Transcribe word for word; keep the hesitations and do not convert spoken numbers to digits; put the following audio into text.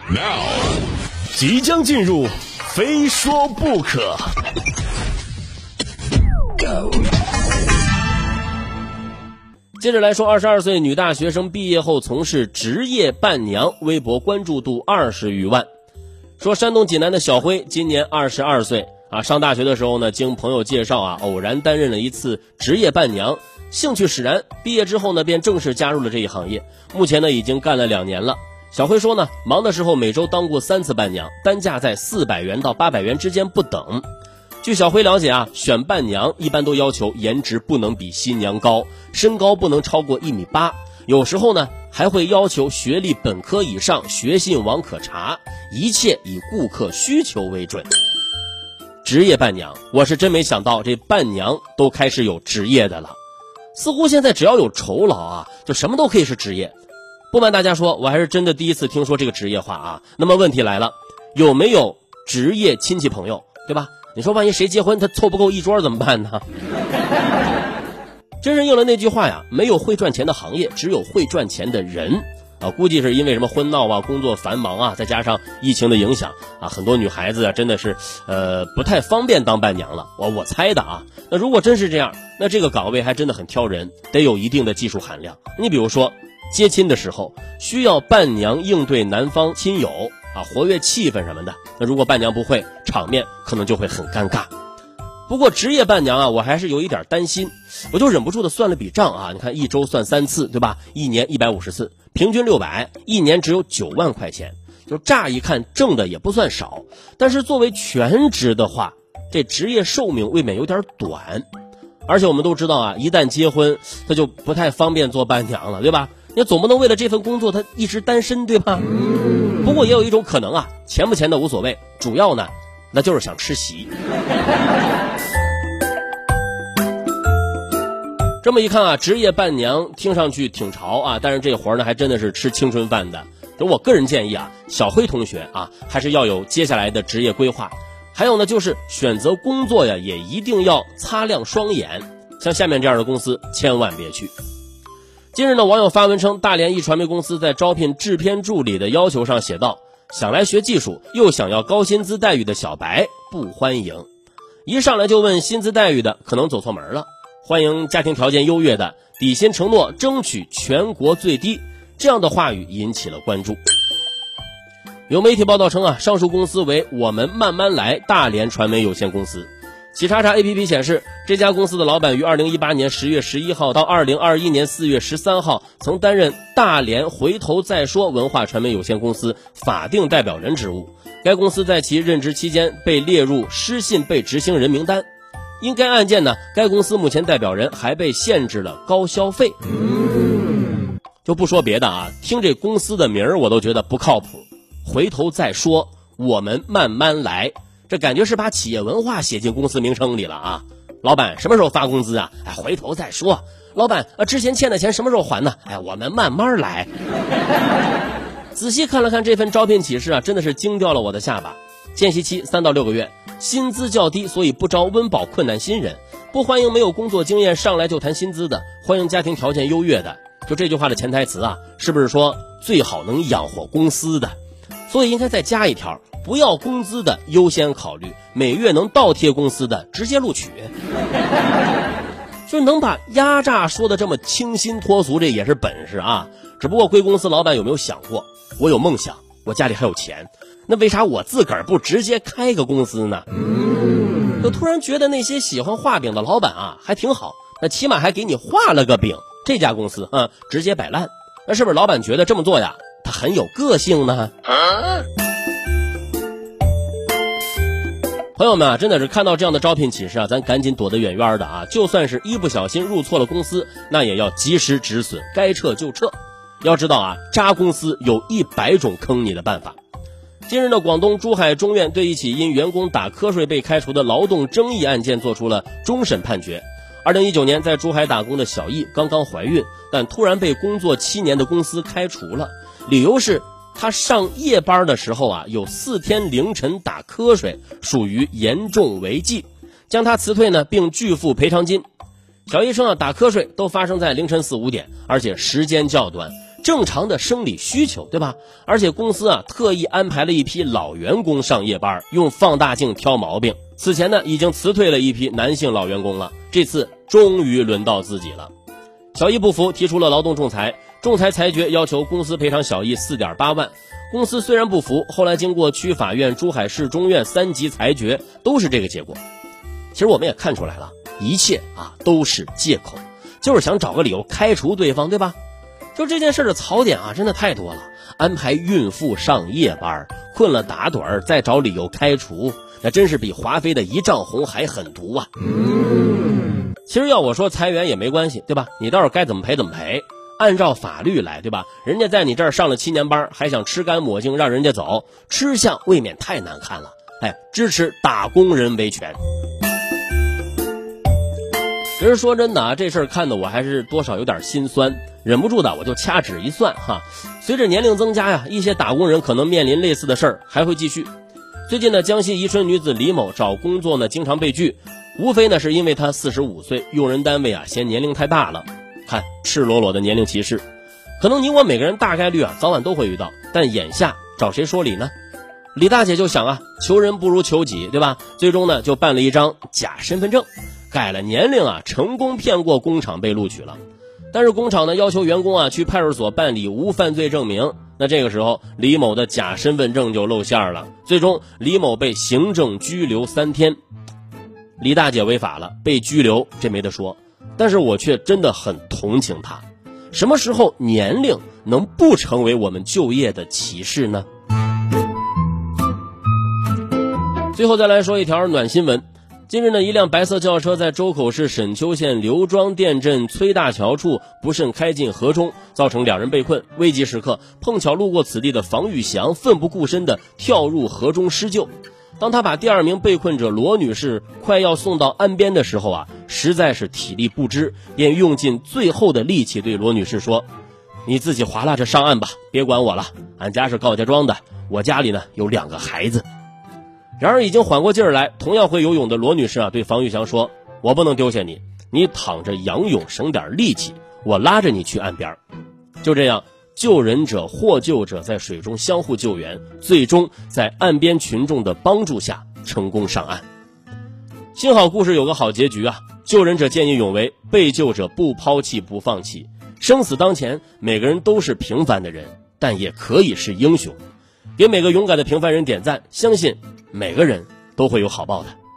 Now， 即将进入，非说不可。 接着来说，二十二岁女大学生毕业后从事职业伴娘，微博关注度二十余万。说山东济南的小辉今年二十二岁啊，上大学的时候呢，经朋友介绍啊，偶然担任了一次职业伴娘，兴趣使然，毕业之后呢，便正式加入了这一行业。目前呢，已经干了两年了。小辉说呢，忙的时候每周当过三次伴娘，单价在四百元到八百元之间不等。据小辉了解啊，选伴娘一般都要求颜值不能比新娘高，身高不能超过一米八，有时候呢还会要求学历本科以上，学信网可查，一切以顾客需求为准。职业伴娘，我是真没想到这伴娘都开始有职业的了。似乎现在只要有酬劳啊，就什么都可以是职业。不瞒大家说，我还是真的第一次听说这个职业化啊。那么问题来了，有没有职业亲戚朋友，对吧？你说万一谁结婚他凑不够一桌怎么办呢？真是应了那句话呀，没有会赚钱的行业，只有会赚钱的人啊。估计是因为什么婚闹啊，工作繁忙啊，再加上疫情的影响啊，很多女孩子啊真的是呃不太方便当伴娘了。我我猜的啊。那如果真是这样，那这个岗位还真的很挑人，得有一定的技术含量。你比如说接亲的时候需要伴娘应对男方亲友啊，活跃气氛什么的，那如果伴娘不会，场面可能就会很尴尬。不过职业伴娘啊，我还是有一点担心，我就忍不住的算了笔账啊，你看一周算三次，对吧？一年一百五十次，平均六百，一年只有九万块钱，就乍一看挣的也不算少，但是作为全职的话，这职业寿命未免有点短。而且我们都知道啊，一旦结婚，他就不太方便做伴娘了，对吧？你总不能为了这份工作他一直单身，对吧？不过也有一种可能啊，钱不钱的无所谓，主要呢那就是想吃席。这么一看啊，职业伴娘听上去挺潮啊，但是这活呢还真的是吃青春饭的。就我个人建议啊，小辉同学啊，还是要有接下来的职业规划。还有呢，就是选择工作呀，也一定要擦亮双眼，像下面这样的公司千万别去。近日呢，网友发文称，大连一传媒公司在招聘制片助理的要求上写道，想来学技术又想要高薪资待遇的小白不欢迎。一上来就问薪资待遇的，可能走错门了。欢迎家庭条件优越的，底薪承诺争取全国最低，这样的话语引起了关注。有媒体报道称啊，上述公司为我们慢慢来大连传媒有限公司。企查查 A P P 显示，这家公司的老板于二零一八年十月十一号到二零二一年四月十三号曾担任大连回头再说文化传媒有限公司法定代表人职务。该公司在其任职期间被列入失信被执行人名单。因该案件呢，该公司目前代表人还被限制了高消费。就不说别的啊，听这公司的名儿我都觉得不靠谱。回头再说，我们慢慢来，这感觉是把企业文化写进公司名称里了啊。老板什么时候发工资啊？哎，回头再说。老板呃，之前欠的钱什么时候还呢？哎，我们慢慢来。仔细看了看这份招聘启事啊，真的是惊掉了我的下巴。见习期三到六个月，薪资较低，所以不招温饱困难新人，不欢迎没有工作经验上来就谈薪资的，欢迎家庭条件优越的。就这句话的潜台词啊，是不是说最好能养活公司的？所以应该再加一条，不要工资的优先考虑，每月能倒贴公司的直接录取。就是能把压榨说的这么清新脱俗，这也是本事啊。只不过贵公司老板有没有想过，我有梦想，我家里还有钱，那为啥我自个儿不直接开个公司呢？就突然觉得那些喜欢画饼的老板啊还挺好，那起码还给你画了个饼，这家公司啊直接摆烂，那是不是老板觉得这么做呀他很有个性呢？朋友们啊，真的是看到这样的招聘启事啊，咱赶紧躲得远远的啊！就算是一不小心入错了公司，那也要及时止损，该撤就撤。要知道啊，扎公司有一百种坑你的办法。近日呢，广东珠海中院对一起因员工打瞌睡被开除的劳动争议案件做出了终审判决。二零一九年在珠海打工的小易刚刚怀孕，但突然被工作七年的公司开除了，理由是他上夜班的时候啊，有四天凌晨打瞌睡，属于严重违纪，将他辞退呢，并拒付赔偿金。小易称啊，打瞌睡都发生在凌晨四五点，而且时间较短， 正常的生理需求，对吧？而且公司啊特意安排了一批老员工上夜班，用放大镜挑毛病。此前呢已经辞退了一批男性老员工了，这次终于轮到自己了。小易不服，提出了劳动仲裁，仲裁裁决要求公司赔偿小易 四点八万。公司虽然不服，后来经过区法院、珠海市中院三级裁决，都是这个结果。其实我们也看出来了，一切啊都是借口，就是想找个理由开除对方，对吧？就这件事的槽点啊真的太多了，安排孕妇上夜班，困了打盹儿，再找理由开除，那真是比华妃的一丈红还狠毒啊。嗯，其实要我说裁员也没关系，对吧？你倒是该怎么赔怎么赔，按照法律来，对吧？人家在你这儿上了七年班，还想吃干抹净让人家走，吃相未免太难看了。哎，支持打工人维权。其实说真的啊，这事儿看得我还是多少有点心酸，忍不住的我就掐指一算哈，随着年龄增加呀，一些打工人可能面临类似的事儿还会继续。最近呢，江西宜春女子李某找工作呢经常被拒，无非呢是因为她四十五岁，用人单位啊嫌年龄太大了。看，赤裸裸的年龄歧视，可能你我每个人大概率啊早晚都会遇到，但眼下找谁说理呢？李大姐就想啊，求人不如求己，对吧？最终呢就办了一张假身份证，改了年龄啊，成功骗过工厂被录取了。但是工厂呢要求员工啊去派出所办理无犯罪证明，那这个时候李某的假身份证就露馅了，最终李某被行政拘留三天。李大姐违法了，被拘留，这没得说，但是我却真的很同情她。什么时候年龄能不成为我们就业的歧视呢？最后再来说一条暖新闻。近日呢，一辆白色轿车在周口市沈丘县刘庄店镇崔大桥处不慎开进河中，造成两人被困。危急时刻，碰巧路过此地的房玉祥奋不顾身地跳入河中施救。当他把第二名被困者罗女士快要送到岸边的时候啊，实在是体力不支，便用尽最后的力气对罗女士说：“你自己划拉着上岸吧，别管我了。俺家是高家庄的，我家里呢有两个孩子。”然而已经缓过劲儿来，同样会游泳的罗女士啊，对房玉祥说：“我不能丢下你，你躺着仰泳省点力气，我拉着你去岸边。”就这样，救人者获救者在水中相互救援，最终在岸边群众的帮助下成功上岸。幸好故事有个好结局啊！救人者见义勇为，被救者不抛弃不放弃。生死当前，每个人都是平凡的人，但也可以是英雄。给每个勇敢的平凡人点赞，相信每个人都会有好报的。